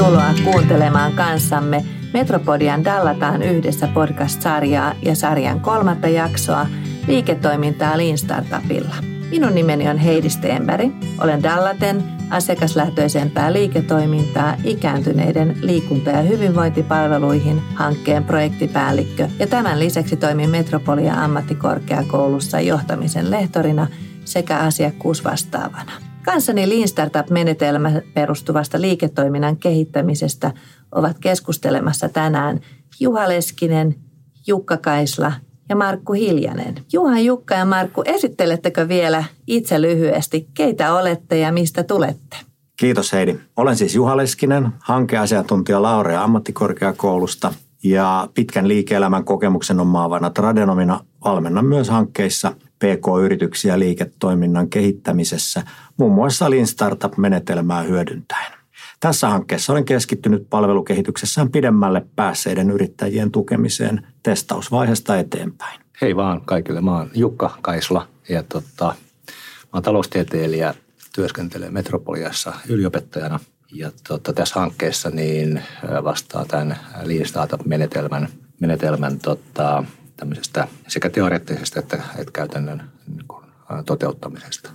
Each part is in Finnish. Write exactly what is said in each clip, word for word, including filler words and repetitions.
Tervetuloa kuuntelemaan kanssamme Metropodian Dallataan yhdessä podcast-sarjaa ja sarjan kolmatta jaksoa liiketoimintaa Lean Startupilla. Minun nimeni on Heidi Stenberg. Olen Dallaten asiakaslähtöisempää liiketoimintaa ikääntyneiden liikunta- ja hyvinvointipalveluihin hankkeen projektipäällikkö ja tämän lisäksi toimin Metropolia ammattikorkeakoulussa johtamisen lehtorina sekä asiakkuusvastaavana. Kanssani Lean Startup-menetelmä perustuvasta liiketoiminnan kehittämisestä ovat keskustelemassa tänään Juha Leskinen, Jukka Kaisla ja Markku Hiljanen. Juha, Jukka ja Markku, esittelettekö vielä itse lyhyesti, keitä olette ja mistä tulette? Kiitos Heidi. Olen siis Juha Leskinen, hankeasiantuntija Laurea ammattikorkeakoulusta ja pitkän liike-elämän kokemuksen omaavana tradenomina valmennan myös hankkeissa P K-yrityksiä liiketoiminnan kehittämisessä, muun muassa Lean Startup-menetelmää hyödyntäen. Tässä hankkeessa olen keskittynyt palvelukehityksessään pidemmälle päässeiden yrittäjien tukemiseen testausvaiheesta eteenpäin. Hei vaan kaikille, mä oon Jukka Kaisla ja tota, mä oon taloustieteilijä, työskentelen Metropoliassa yliopettajana ja tota, tässä hankkeessa niin vastaan tämän Lean Startup-menetelmän menetelmän, tota, tämmöisestä sekä teoreettisesta että, että käytännön niin kuin, toteuttamisesta.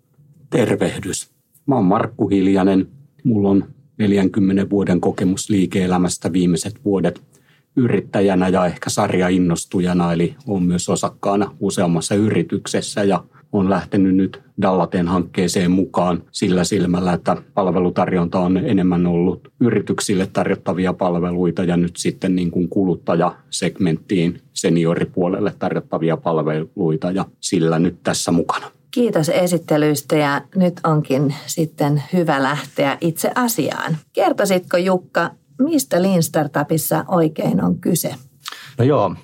Tervehdys. Mä oon Markku Hiljanen. Mulla on neljänkymmenen vuoden kokemus liike-elämästä viimeiset vuodet yrittäjänä ja ehkä sarjainnostajana, eli olen myös osakkaana useammassa yrityksessä ja olen lähtenyt nyt Dallaten hankkeeseen mukaan sillä silmällä, että palvelutarjonta on enemmän ollut yrityksille tarjottavia palveluita ja nyt sitten niin kuin kuluttajasegmenttiin senioripuolelle tarjottavia palveluita ja sillä nyt tässä mukana. Kiitos esittelyistä ja nyt onkin sitten hyvä lähteä itse asiaan. Kertoisitko Jukka, mistä Lean Startupissa oikein on kyse? No joo,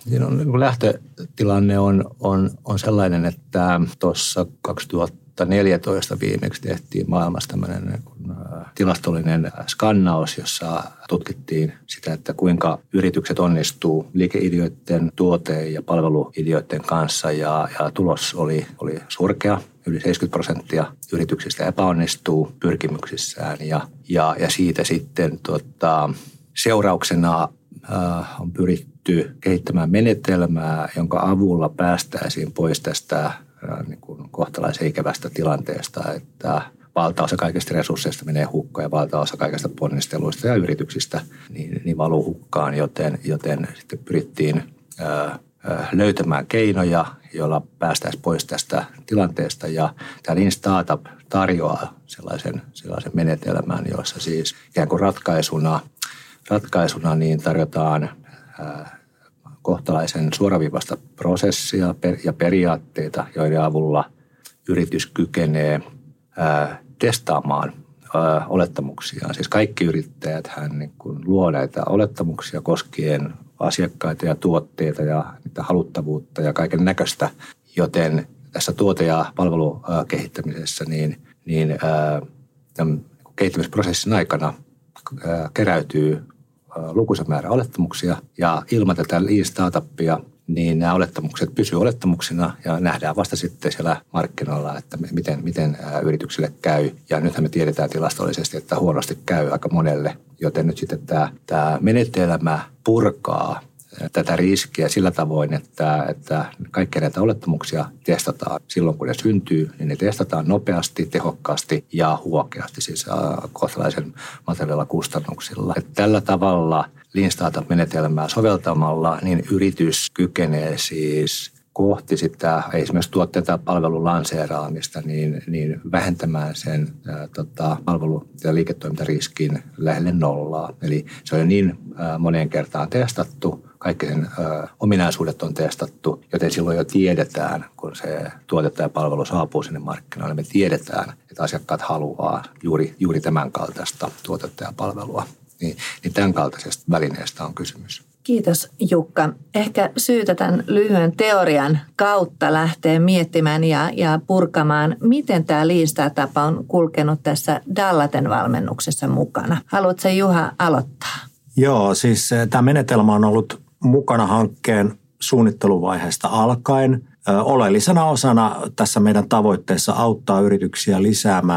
lähtötilanne on, on, on sellainen, että tuossa kaksituhattaneljätoista viimeksi tehtiin maailmassa tämmöinen tilastollinen skannaus, jossa tutkittiin sitä, että kuinka yritykset onnistuu liikeideoiden, tuote- ja palveluideoiden kanssa ja, ja tulos oli, oli surkea. Yli seitsemänkymmentä prosenttia yrityksistä epäonnistuu pyrkimyksissään ja, ja, ja siitä sitten tota, seurauksena äh, on pyritty kehittämään menetelmää, jonka avulla päästäisiin pois tästä äh, niin kuin kohtalaisen ikävästä tilanteesta, että valtaosa kaikista resursseista menee hukkaan ja valtaosa kaikista ponnisteluista ja yrityksistä niin, niin valuu hukkaan, joten, joten sitten pyrittiin äh, löytämään keinoja, joilla päästäisiin pois tästä tilanteesta. Ja tämä Lean Startup tarjoaa sellaisen, sellaisen menetelmän, jossa siis ikään kuin ratkaisuna, ratkaisuna niin tarjotaan ää, kohtalaisen suoraviivasta prosessia ja periaatteita, joiden avulla yritys kykenee ää, testaamaan ää, olettamuksiaan. Siis kaikki yrittäjät hän niin kuin luo näitä olettamuksia koskien asiakkaita ja tuotteita ja niitä haluttavuutta ja kaiken näköistä, joten tässä tuote- ja palvelukehittämisessä niin, niin ää, tämän kehittämisprosessin aikana ää, keräytyy ää, lukuisa määrä olettamuksia ja ilman tätä Lean Startupia niin nämä olettamukset pysyvät olettamuksina ja nähdään vasta sitten siellä markkinoilla, että miten, miten ää, yrityksille käy. Ja nythän me tiedetään tilastollisesti, että huonosti käy aika monelle, joten nyt sitten tämä, tämä menetelmä purkaa tätä riskiä sillä tavoin, että, että kaikkia näitä olettamuksia testataan silloin, kun ne syntyy, niin ne testataan nopeasti, tehokkaasti ja huokeasti, siis kohtalaisen materiaalilla kustannuksilla. Että tällä tavalla Lean Startup-menetelmää soveltamalla niin yritys kykenee siis kohti sitä esimerkiksi tuotteen tai palvelun lanseeraamista, niin, niin vähentämään sen ää, tota, palvelu- ja liiketoimintariskin lähelle nollaa. Eli se on jo niin ää, moneen kertaan testattu, kaikki sen ää, ominaisuudet on testattu, joten silloin jo tiedetään, kun se tuote tai palvelu saapuu sinne markkinoille, me tiedetään, että asiakkaat haluaa juuri, juuri tämän kaltaista tuotetta ja palvelua. Niin, niin tämän kaltaisesta välineestä on kysymys. Kiitos Jukka. Ehkä syytä tämän lyhyen teorian kautta lähteä miettimään ja, ja purkamaan, miten tämä Lean Startup on kulkenut tässä Dallaten valmennuksessa mukana. Haluatko Juha aloittaa? Joo, siis tämä menetelmä on ollut mukana hankkeen suunnitteluvaiheesta alkaen. Oleellisena osana tässä meidän tavoitteessa auttaa yrityksiä lisäämään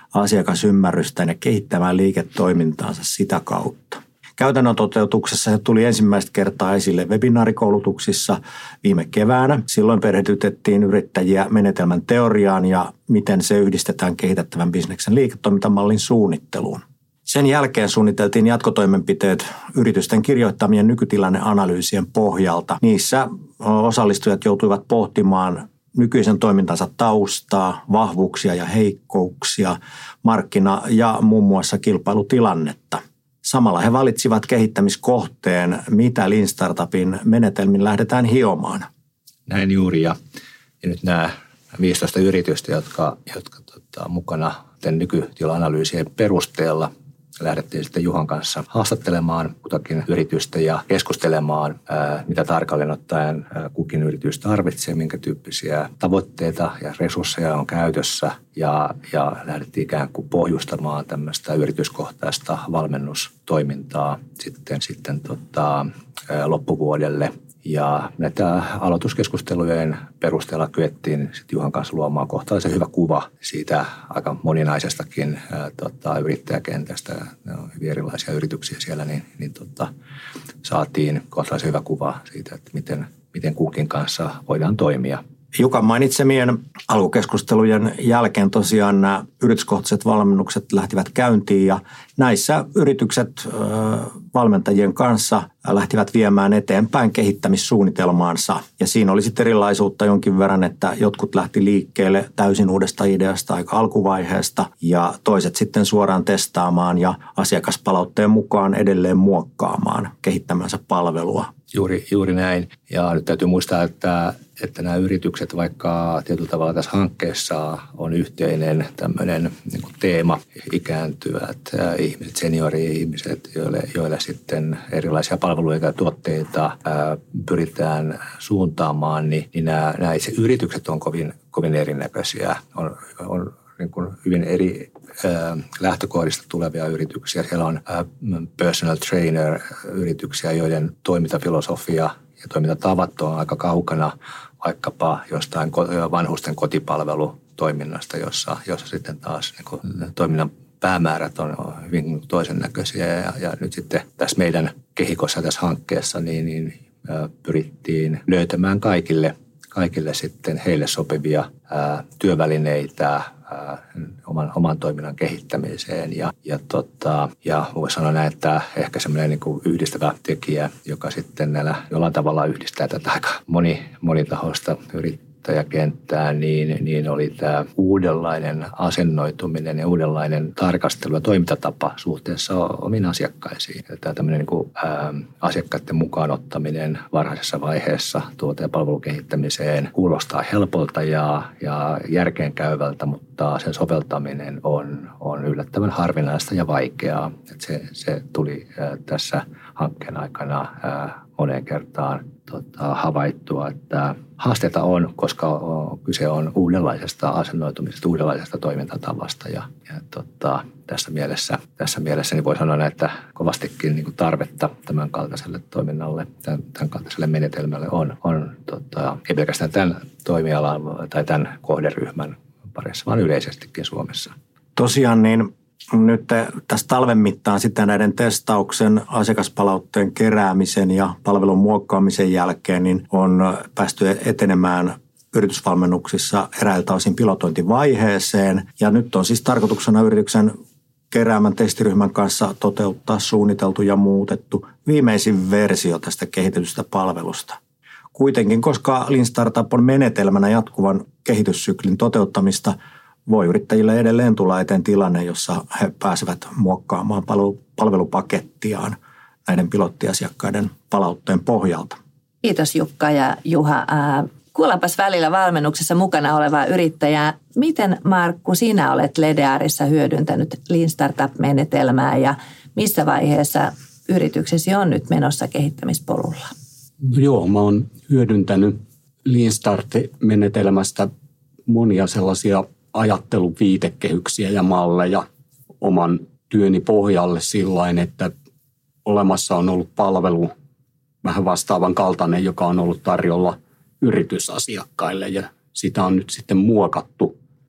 asiakasymmärrystään ja kehittämään liiketoimintaansa sitä kautta. Käytännön toteutuksessa se tuli ensimmäistä kertaa esille webinaarikoulutuksissa viime keväänä. Silloin perehdytettiin yrittäjiä menetelmän teoriaan ja miten se yhdistetään kehitettävän bisneksen liiketoimintamallin suunnitteluun. Sen jälkeen suunniteltiin jatkotoimenpiteet yritysten kirjoittamien nykytilanneanalyysien pohjalta. Niissä osallistujat joutuivat pohtimaan nykyisen toimintansa taustaa, vahvuuksia ja heikkouksia, markkina- ja muun muassa kilpailutilannetta. Samalla he valitsivat kehittämiskohteen, mitä Lean Startupin menetelmin lähdetään hiomaan. Näin juuri ja, ja nyt nämä viisitoista yritystä, jotka, jotka tota, mukana tämän nykytila-analyysien perusteella lähdettiin sitten Juhan kanssa haastattelemaan kutakin yritystä ja keskustelemaan, ää, mitä tarkalleen ottaen ää, kukin yritys tarvitsee, minkä tyyppisiä tavoitteita ja resursseja on käytössä. Ja, ja lähdettiin ikään kuin pohjustamaan tämmöistä yrityskohtaista valmennustoimintaa sitten, sitten tota, ää, loppuvuodelle. Ja näitä aloituskeskustelujen perusteella kyettiin sitten Juhan kanssa luomaan kohtalaisen hyvä kuva siitä aika moninaisestakin ää, tota, yrittäjäkentästä. Ne on hyvin erilaisia yrityksiä siellä, niin, niin tota, saatiin kohtalaisen hyvä kuva siitä, että miten, miten kukin kanssa voidaan toimia. Jukan mainitsemien alkukeskustelujen jälkeen tosiaan nämä yrityskohtaiset valmennukset lähtivät käyntiin ja näissä yritykset valmentajien kanssa lähtivät viemään eteenpäin kehittämissuunnitelmaansa. Ja siinä oli sitten erilaisuutta jonkin verran, että jotkut lähti liikkeelle täysin uudesta ideasta aika alkuvaiheesta ja toiset sitten suoraan testaamaan ja asiakaspalautteen mukaan edelleen muokkaamaan kehittämänsä palvelua. Juuri, juuri näin. Ja nyt täytyy muistaa, että, että nämä yritykset, vaikka tietyllä tavalla tässä hankkeessa on yhteinen tämmöinen niin kuin teema, ikääntyvät ihmiset, seniori-ihmiset, joille, joille sitten erilaisia palveluita ja tuotteita ää, pyritään suuntaamaan, niin, niin nämä, nämä itse yritykset on kovin, kovin erinäköisiä. On, on niin kuin hyvin eri ää, lähtökohdista tulevia yrityksiä. Siellä on ää, personal trainer-yrityksiä, joiden toimintafilosofia ja toimintatavat on aika kaukana vaikkapa jostain vanhusten kotipalvelutoiminnasta, jossa, jossa sitten taas niin kuin toiminnan päämäärät on hyvin toisen näköisiä. Ja, ja nyt sitten tässä meidän kehikossa tässä hankkeessa niin, niin pyrittiin löytämään kaikille, kaikille sitten heille sopivia ää, työvälineitä ää, oman, oman toiminnan kehittämiseen. Ja, ja, tota, ja voisi sanoa näin, että ehkä semmoinen niin kuin yhdistävä tekijä, joka sitten näillä jollain tavalla yhdistää tätä aika moni, monitahoista yrittäjäkenttää, niin, niin oli tämä uudenlainen asennoituminen ja uudenlainen tarkastelu ja toimintatapa suhteessa omiin asiakkaisiin. Tämä tämmöinen niin kuin, ää, asiakkaiden mukaan ottaminen varhaisessa vaiheessa tuote- ja palvelukehittämiseen kuulostaa helpolta ja, ja järkeenkäyvältä, mutta sen soveltaminen on, on yllättävän harvinaista ja vaikeaa. Että se, se tuli ää, tässä hankkeen aikana ää, moneen kertaan tota, havaittua, että haasteita on, koska kyse on uudenlaisesta asennoitumisesta, uudenlaisesta toimintatavasta ja, ja tota, tässä mielessä, tässä mielessä niin voi sanoa, että kovastikin niin kuin tarvetta tämän kaltaiselle toiminnalle, tämän, tämän kaltaiselle menetelmälle on, on tota, ei pelkästään tämän toimialan tai tämän kohderyhmän parissa, vaan yleisestikin Suomessa. Tosiaan niin nyt tässä talven mittaan sitten näiden testauksen, asiakaspalautteen keräämisen ja palvelun muokkaamisen jälkeen niin on päästy etenemään yritysvalmennuksissa eräiltä osin pilotointivaiheeseen. Ja nyt on siis tarkoituksena yrityksen keräämän testiryhmän kanssa toteuttaa suunniteltu ja muutettu viimeisin versio tästä kehitetystä palvelusta. Kuitenkin, koska Lean Startup on menetelmänä jatkuvan kehityssyklin toteuttamista, voi yrittäjille edelleen tulla eteen tilanne, jossa he pääsevät muokkaamaan palvelupakettiaan näiden pilottiasiakkaiden palautteen pohjalta. Kiitos Jukka ja Juha. Kuullaanpas välillä valmennuksessa mukana olevaa yrittäjää. Miten Markku sinä olet Ledearissa hyödyntänyt Lean Startup-menetelmää ja missä vaiheessa yrityksesi on nyt menossa kehittämispolulla? No joo, mä oon hyödyntänyt Lean Start-menetelmästä monia sellaisia ajattelun viitekehyksiä ja malleja oman työni pohjalle sillain, että olemassa on ollut palvelu vähän vastaavan kaltainen, joka on ollut tarjolla yritysasiakkaille ja sitä on nyt sitten muokattu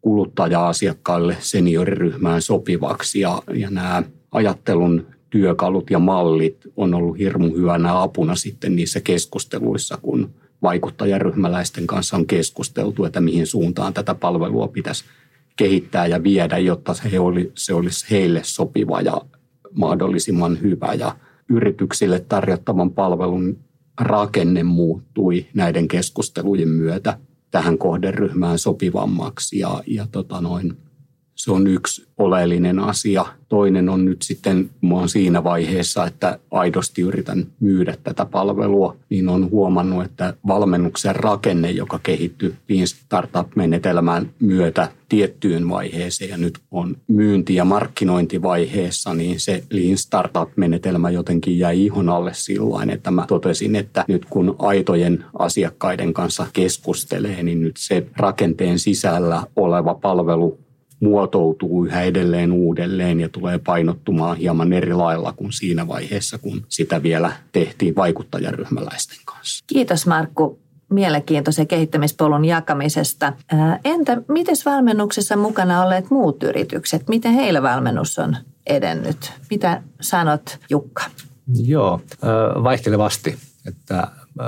kuluttaja-asiakkaille senioriryhmään sopivaksi ja, ja nämä ajattelun työkalut ja mallit on ollut hirmu hyvänä apuna sitten niissä keskusteluissa, kun vaikuttajaryhmäläisten kanssa on keskusteltu, että mihin suuntaan tätä palvelua pitäisi kehittää ja viedä, jotta se, oli, se olisi heille sopiva ja mahdollisimman hyvä. Ja yrityksille tarjottavan palvelun rakenne muuttui näiden keskustelujen myötä tähän kohderyhmään sopivammaksi ja, ja tota noin, se on yksi oleellinen asia. Toinen on nyt sitten, kun olen siinä vaiheessa, että aidosti yritän myydä tätä palvelua, niin olen huomannut, että valmennuksen rakenne, joka kehittyi Lean Startup-menetelmän myötä tiettyyn vaiheeseen ja nyt on myynti- ja markkinointivaiheessa, niin se Lean Startup-menetelmä jotenkin jäi ihon alle sillain, että mä totesin, että nyt kun aitojen asiakkaiden kanssa keskustelee, niin nyt se rakenteen sisällä oleva palvelu muotoutuu yhä edelleen uudelleen ja tulee painottumaan hieman eri lailla kuin siinä vaiheessa, kun sitä vielä tehtiin vaikuttajaryhmäläisten kanssa. Kiitos Markku mielenkiintoisen kehittämispolun jakamisesta. Entä miten valmennuksessa mukana olleet muut yritykset? Miten heillä valmennus on edennyt? Mitä sanot, Jukka? Joo, vaihtelevasti. Että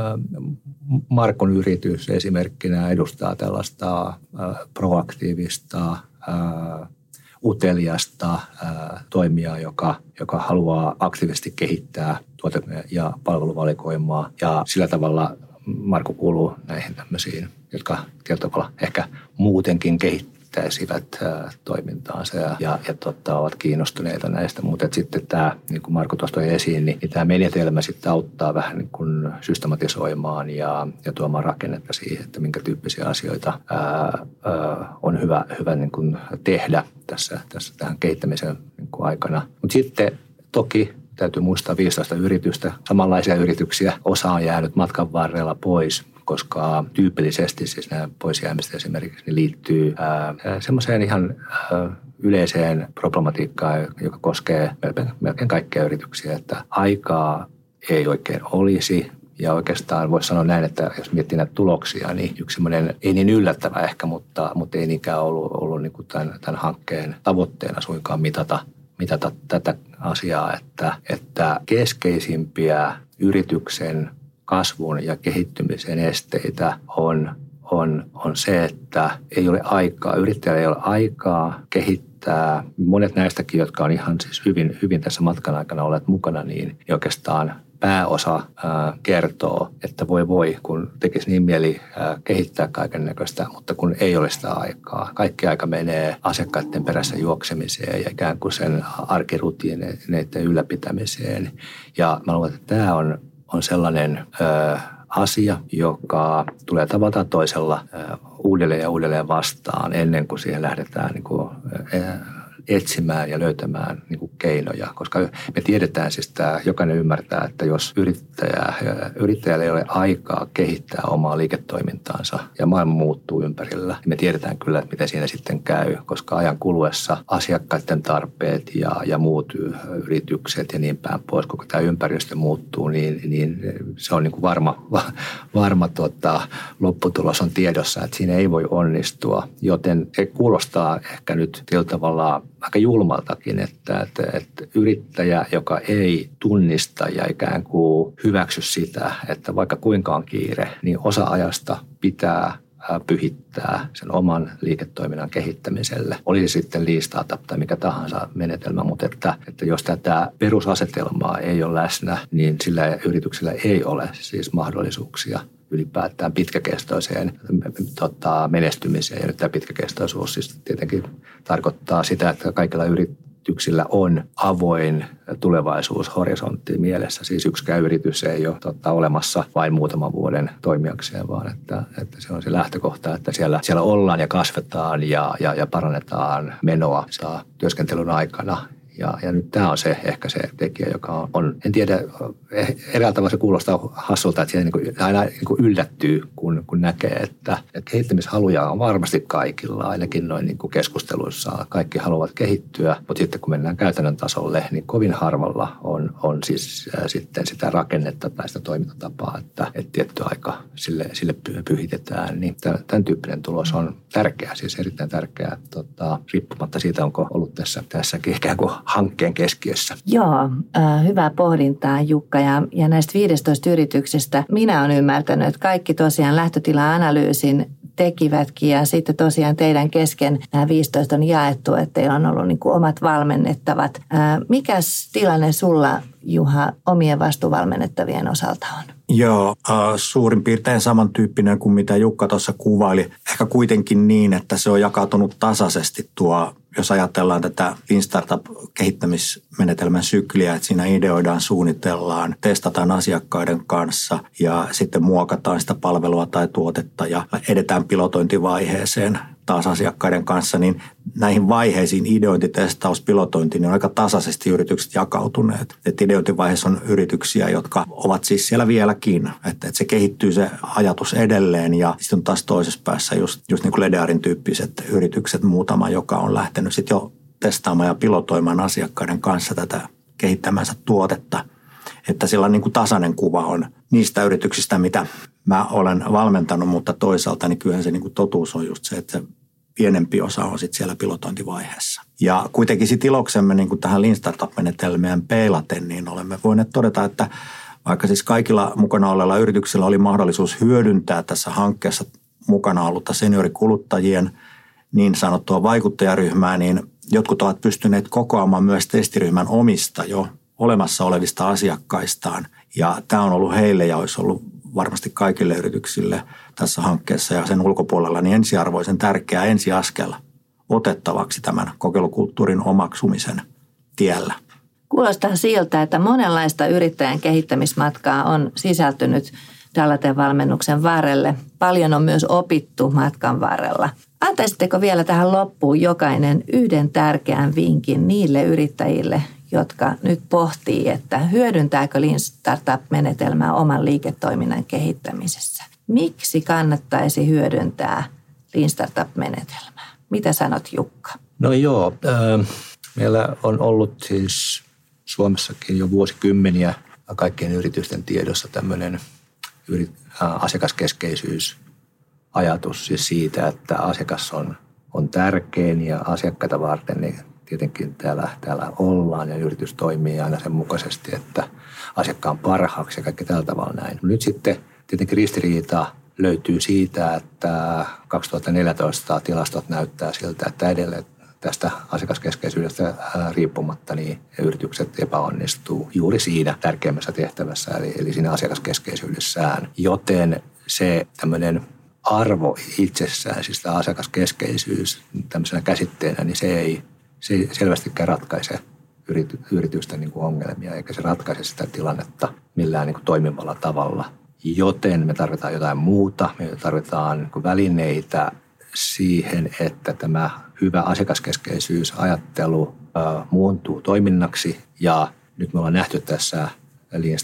Markun yritys esimerkkinä edustaa tällaista proaktiivista, uteliasta toimijaa, joka, joka haluaa aktiivisesti kehittää tuote- ja palveluvalikoimaa. Ja sillä tavalla Markku kuuluu näihin tämmöisiin, jotka tietyllä tavalla ehkä muutenkin kehittäisivät toimintaansa ja, ja, ja totta, ovat kiinnostuneita näistä. Mutta sitten tämä, niin kuin Markku tuosta toi esiin, niin, niin tämä menetelmä sitten auttaa vähän niin kuin systematisoimaan ja, ja tuomaan rakennetta siihen, että minkä tyyppisiä asioita ää, ää, on hyvä, hyvä niin kuin tehdä tässä, tässä tähän kehittämisen niin kuin aikana. Mutta sitten toki täytyy muistaa viisitoista yritystä, samanlaisia yrityksiä. Osa on jäänyt matkan varrella pois, koska tyypillisesti siis nämä poisjäämistä esimerkiksi niin liittyy semmoiseen ihan ää, yleiseen problematiikkaan, joka koskee melkein, melkein kaikkia yrityksiä, että aikaa ei oikein olisi. Ja oikeastaan voisi sanoa näin, että jos miettii näitä tuloksia, niin yksi semmoinen ei niin yllättävä ehkä, mutta, mutta ei niinkään ollut, ollut niin kuin tämän, tämän hankkeen tavoitteena suinkaan mitata mitata tätä asiaa, että, että keskeisimpiä yrityksen kasvun ja kehittymisen esteitä on, on, on se, että ei ole aikaa, yrittäjällä ei ole aikaa kehittää. Monet näistäkin, jotka on ihan siis hyvin, hyvin tässä matkan aikana olleet mukana, niin oikeastaan pääosa ää, kertoo, että voi voi, kun tekisi niin mieli ää, kehittää kaiken näköistä, mutta kun ei ole sitä aikaa. Kaikki aika menee asiakkaiden perässä juoksemiseen ja ikään kuin sen arkirutiineiden ylläpitämiseen. Ja mä luulen, että tämä on, on sellainen ää, asia, joka tulee tavalla toisella ää, uudelleen ja uudelleen vastaan ennen kuin siihen lähdetään niin kuin, ää, etsimään ja löytämään niin kuin keinoja, koska me tiedetään siis tämä, jokainen ymmärtää, että jos yrittäjä, yrittäjällä ei ole aikaa kehittää omaa liiketoimintaansa ja maailma muuttuu ympärillä, niin me tiedetään kyllä, että miten siinä sitten käy, koska ajan kuluessa asiakkaiden tarpeet ja, ja muut yritykset ja niin päin pois, koko tämä ympäristö muuttuu, niin, niin se on niin kuin varma, varma tuota, lopputulos on tiedossa, että siinä ei voi onnistua, joten se kuulostaa ehkä nyt tietyllä tavalla aika julmaltakin, että, että, että yrittäjä, joka ei tunnista ja ikään kuin hyväksy sitä, että vaikka kuinka on kiire, niin osa ajasta pitää pyhittää sen oman liiketoiminnan kehittämiselle. Olisi sitten Lean Startup tai mikä tahansa menetelmä, mutta että, että jos tätä perusasetelmaa ei ole läsnä, niin sillä yrityksellä ei ole siis mahdollisuuksia ylipäätään pitkäkestoiseen tota, menestymiseen. Ja nyt tämä pitkäkestoisuus siis tietenkin tarkoittaa sitä, että kaikilla yrityksillä on avoin tulevaisuushorisontti mielessä. Siis yksikään yritys ei ole tota, olemassa vain muutaman vuoden toimijakseen, vaan että, että se on se lähtökohta, että siellä, siellä ollaan ja kasvetaan ja, ja, ja parannetaan menoa saa työskentelyn aikana. Ja, ja nyt tämä on se ehkä se tekijä, joka on, on en tiedä, eräällä tavalla se kuulostaa hassulta, että siinä niin kuin, aina niin kuin yllättyy, kun, kun näkee, että, että kehittämishaluja on varmasti kaikilla, ainakin noin niin kuin keskusteluissa. Kaikki haluavat kehittyä, mutta sitten kun mennään käytännön tasolle, niin kovin harvalla on, on siis äh, sitten sitä rakennetta tai sitä toimintatapaa, että, että tietty aika sille, sille pyhitetään. Niin tämän tyyppinen tulos on tärkeä, siis erittäin tärkeä, tota, riippumatta siitä, onko ollut tässä, tässäkin ikään kuin hankkeen keskiössä. Joo, äh, hyvää pohdintaa Jukka. Ja, ja näistä viidestätoista yrityksestä minä olen ymmärtänyt, että kaikki tosiaan lähtötila-analyysin tekivätkin ja sitten tosiaan teidän kesken nämä viisitoista on jaettu, että teillä on ollut niin kuin omat valmennettavat. Äh, mikäs tilanne sulla, Juha, omien vastuuvalmennettavien osalta on? Joo, äh, suurin piirtein samantyyppinen kuin mitä Jukka tuossa kuvaili. Ehkä kuitenkin niin, että se on jakautunut tasaisesti tuo, jos ajatellaan tätä Lean Startup-kehittämismenetelmän sykliä, että siinä ideoidaan, suunnitellaan, testataan asiakkaiden kanssa ja sitten muokataan sitä palvelua tai tuotetta ja edetään pilotointivaiheeseen taas asiakkaiden kanssa, niin näihin vaiheisiin, ideointi, testaus, pilotointi, niin on aika tasaisesti yritykset jakautuneet. Että ideointivaiheessa on yrityksiä, jotka ovat siis siellä vieläkin, että, että se kehittyy se ajatus edelleen ja sitten on taas toisessa päässä just, just niin kuin Ledearin tyyppiset yritykset, muutama, joka on lähtenyt sitten jo testaamaan ja pilotoimaan asiakkaiden kanssa tätä kehittämänsä tuotetta. Että sillä on niin kuin tasainen kuva on niistä yrityksistä, mitä mä olen valmentanut, mutta toisaalta niin kyllähän se niin kuin totuus on just se, että se pienempi osa on sitten siellä pilotointivaiheessa. Ja kuitenkin sitten iloksemme niin kuin tähän Lean Startup-menetelmään peilaten, niin olemme voineet todeta, että vaikka siis kaikilla mukana olleilla yrityksillä oli mahdollisuus hyödyntää tässä hankkeessa mukana ollutta seniorikuluttajien niin sanottua vaikuttajaryhmää, niin jotkut ovat pystyneet kokoamaan myös testiryhmän omista jo olemassa olevista asiakkaistaan. Ja tämä on ollut heille ja olisi ollut varmasti kaikille yrityksille tässä hankkeessa ja sen ulkopuolella niin ensiarvoisen tärkeä ensiaskel otettavaksi tämän kokeilukulttuurin omaksumisen tiellä. Kuulostaa siltä, että monenlaista yrittäjän kehittämismatkaa on sisältynyt Dallaten valmennuksen varrelle. Paljon on myös opittu matkan varrella. Antaisitteko vielä tähän loppuun jokainen yhden tärkeän vinkin niille yrittäjille, jotka nyt pohtii, että hyödyntääkö Lean Startup-menetelmää oman liiketoiminnan kehittämisessä? Miksi kannattaisi hyödyntää Lean Startup-menetelmää? Mitä sanot, Jukka? No joo, äh, meillä on ollut siis Suomessakin jo vuosikymmeniä kaikkien yritysten tiedossa tämmöinen yrit, äh, asiakaskeskeisyysajatus siis siitä, että asiakas on, on tärkein ja asiakkaita varten niin tietenkin täällä, täällä ollaan ja yritys toimii aina sen mukaisesti, että asiakkaan parhaaksi ja kaikki tällä tavalla näin. Nyt sitten tietenkin ristiriita löytyy siitä, että kaksituhattaneljätoista tilastot näyttää siltä, että edelleen tästä asiakaskeskeisyydestä riippumatta niin yritykset epäonnistuu juuri siinä tärkeimmässä tehtävässä, eli, eli siinä asiakaskeskeisyydessään. Joten se tämmöinen arvo itsessään, siis tämä asiakaskeskeisyys tämmöisenä käsitteenä, niin se ei Se ei selvästikään ratkaise yritysten niin kuin ongelmia, eikä se ratkaise sitä tilannetta millään niin kuin toimivalla tavalla. Joten me tarvitaan jotain muuta. Me tarvitaan niin kuin välineitä siihen, että tämä hyvä asiakaskeskeisyysajattelu äh, muuntuu toiminnaksi. Ja nyt me ollaan nähty tässä Lean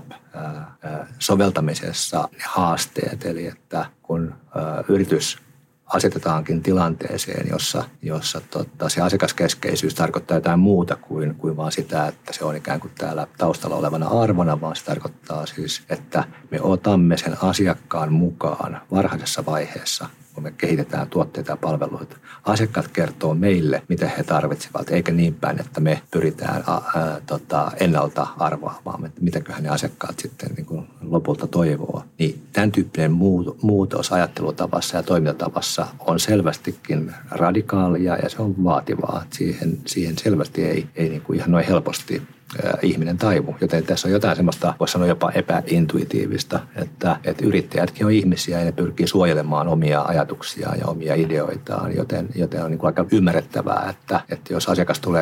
Startup-soveltamisessa ne haasteet, eli että kun äh, yritys asetetaankin tilanteeseen, jossa, jossa tota, se asiakaskeskeisyys tarkoittaa jotain muuta kuin, kuin vaan sitä, että se on ikään kuin täällä taustalla olevana arvona, vaan se tarkoittaa siis, että me otamme sen asiakkaan mukaan varhaisessa vaiheessa, kun me kehitetään tuotteita ja palveluita. Asiakkaat kertoo meille, mitä he tarvitsevat, eikä niin päin, että me pyritään ä, ä, tota, ennalta arvaamaan, että mitäköhän ne asiakkaat sitten niin kuin lopulta toivoo. Niin tämän tyyppinen muutos ajattelutavassa ja toimintatavassa on selvästikin radikaalia ja se on vaativaa. Siihen, siihen selvästi ei, ei niin kuin ihan noin helposti ihminen taivu. Joten tässä on jotain semmoista, voisi sanoa jopa epäintuitiivista, että, että yrittäjätkin on ihmisiä ja ne pyrkii suojelemaan omia ajatuksiaan ja omia ideoitaan, joten, joten on niin kuin aika ymmärrettävää, että, että jos asiakas tulee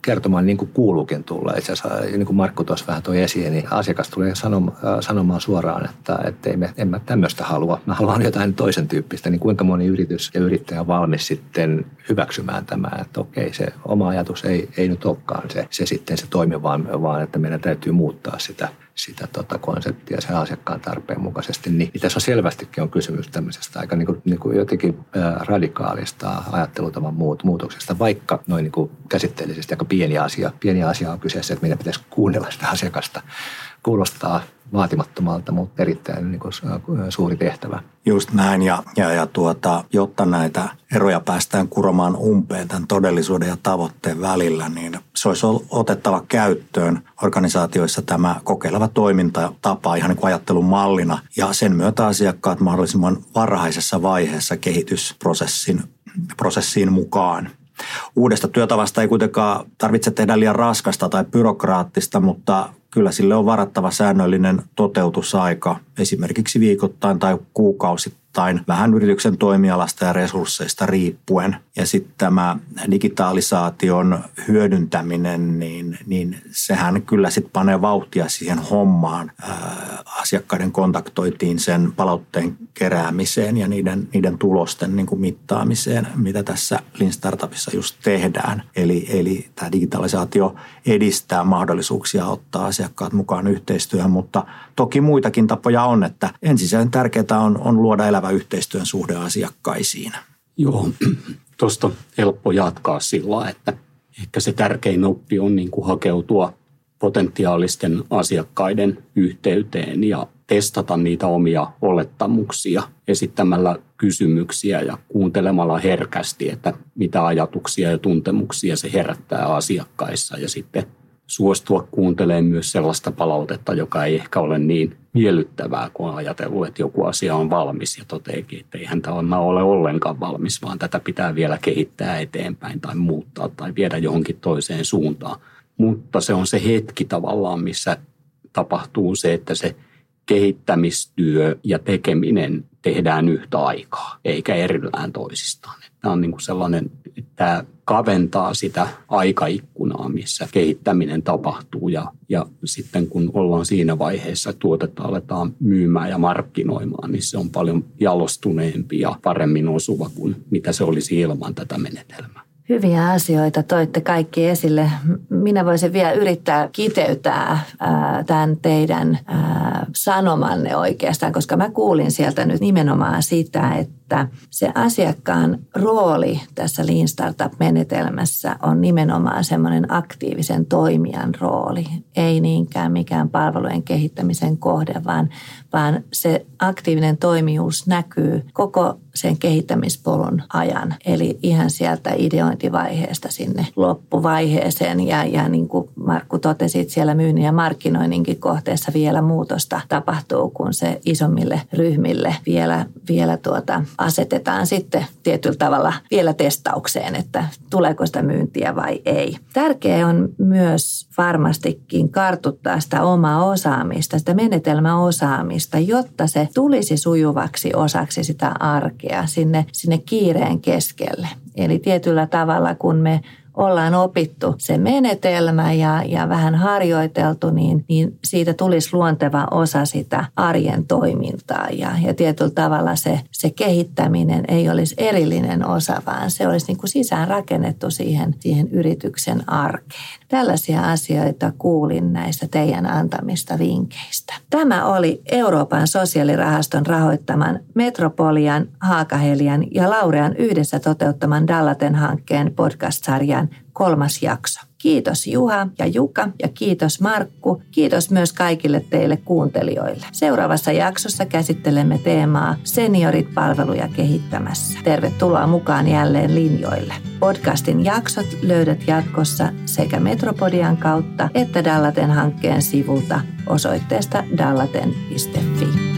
kertomaan niin kuin kuuluukin tulla. Itse asiassa, niin kuin Markku tuossa vähän toi esiin, niin asiakas tulee sanomaan, sanomaan suoraan, että, että ei me, en mä tämmöistä halua. Mä haluan jotain toisen tyyppistä. Niin kuinka moni yritys ja yrittäjä on valmis sitten hyväksymään tämän, että okei, se oma ajatus ei, ei nyt olekaan se, se sitten se toimi, vaan, vaan että meidän täytyy muuttaa sitä, sitä tota konseptia sen asiakkaan tarpeen mukaisesti. Niin tässä on selvästikin on kysymys tämmöisestä aika niin kuin, niin kuin jotenkin radikaalista ajattelutavan muut, muutoksesta, vaikka noin niin kuin käsitteellisesti aika pieni asia. Pieni asia on kyseessä, että meidän pitäisi kuunnella sitä asiakasta. Kuulostaa vaatimattomalta, mutta erittäin niin kuin suuri tehtävä. Just näin, ja, ja, ja tuota, jotta näitä eroja päästään kuromaan umpeen tämän todellisuuden ja tavoitteen välillä, niin se olisi otettava käyttöön organisaatioissa tämä kokeileva toimintatapa ihan niin kuin ajattelun mallina, ja sen myötä asiakkaat mahdollisimman varhaisessa vaiheessa kehitysprosessin prosessiin mukaan. Uudesta työtavasta ei kuitenkaan tarvitse tehdä liian raskasta tai byrokraattista, mutta kyllä sille on varattava säännöllinen toteutusaika, esimerkiksi viikoittain tai kuukausittain, vähän yrityksen toimialasta ja resursseista riippuen. Ja sitten tämä digitalisaation hyödyntäminen, niin, niin sehän kyllä sitten panee vauhtia siihen hommaan, ää, asiakkaiden kontaktoitiin sen palautteen keräämiseen ja niiden, niiden tulosten niin kuin mittaamiseen, mitä tässä Lean Startupissa just tehdään. Eli, eli tämä digitalisaatio edistää mahdollisuuksia ottaa asiakkaat mukaan yhteistyöhön, mutta toki muitakin tapoja on, että ensisijaisen tärkeää on, on luoda elävä yhteistyön suhde asiakkaisiin. Joo, tuosta on helppo jatkaa sillä, että ehkä se tärkein oppi on niin kuin hakeutua potentiaalisten asiakkaiden yhteyteen ja testata niitä omia olettamuksia esittämällä kysymyksiä ja kuuntelemalla herkästi, että mitä ajatuksia ja tuntemuksia se herättää asiakkaissa ja sitten suostua kuuntelemaan myös sellaista palautetta, joka ei ehkä ole niin miellyttävää, kun on ajatellut, että joku asia on valmis ja toteekin, että eihän tämä ole ollenkaan valmis, vaan tätä pitää vielä kehittää eteenpäin tai muuttaa tai viedä johonkin toiseen suuntaan. Mutta se on se hetki tavallaan, missä tapahtuu se, että se kehittämistyö ja tekeminen tehdään yhtä aikaa, eikä erillään toisistaan. Tämä on niin kuin sellainen, että tämä kaventaa sitä aikaikkunaa, missä kehittäminen tapahtuu. Ja, ja sitten kun ollaan siinä vaiheessa, että tuotetta aletaan myymään ja markkinoimaan, niin se on paljon jalostuneempi ja paremmin osuva kuin mitä se olisi ilman tätä menetelmää. Hyviä asioita toitte kaikki esille. Minä voisin vielä yrittää kiteytää ää, tämän teidän ää, sanomanne oikeastaan, koska mä kuulin sieltä nyt nimenomaan sitä, että se asiakkaan rooli tässä Lean Startup-menetelmässä on nimenomaan semmoinen aktiivisen toimijan rooli. Ei niinkään mikään palvelujen kehittämisen kohde, vaan, vaan se aktiivinen toimijuus näkyy koko sen kehittämispolun ajan. Eli ihan sieltä ideointivaiheesta sinne loppuvaiheeseen. Ja, ja niin kuin Markku totesit, siellä myynnin ja markkinoinninkin kohteessa vielä muutosta tapahtuu, kun se isommille ryhmille vielä, vielä tuota, asetetaan sitten tietyllä tavalla vielä testaukseen, että tuleeko sitä myyntiä vai ei. Tärkeää on myös varmastikin kartuttaa sitä omaa osaamista, sitä menetelmäosaamista, jotta se tulisi sujuvaksi osaksi sitä arkea sinne, sinne kiireen keskelle. Eli tietyllä tavalla, kun me ollaan opittu se menetelmä ja, ja vähän harjoiteltu, niin, niin siitä tulisi luonteva osa sitä arjen toimintaa. Ja, ja tietyllä tavalla se, se kehittäminen ei olisi erillinen osa, vaan se olisi niin kuin sisään rakennettu siihen, siihen yrityksen arkeen. Tällaisia asioita kuulin näistä teidän antamista vinkkeistä. Tämä oli Euroopan sosiaalirahaston rahoittaman Metropolian, Haakahelian ja Laurean yhdessä toteuttaman Dallaten-hankkeen podcast-sarjan kolmas jakso. Kiitos Juha ja Jukka ja kiitos Markku. Kiitos myös kaikille teille kuuntelijoille. Seuraavassa jaksossa käsittelemme teemaa seniorit palveluja kehittämässä. Tervetuloa mukaan jälleen linjoille. Podcastin jaksot löydät jatkossa sekä Metropodian kautta että Dallaten-hankkeen sivulta osoitteesta dallaten piste fi.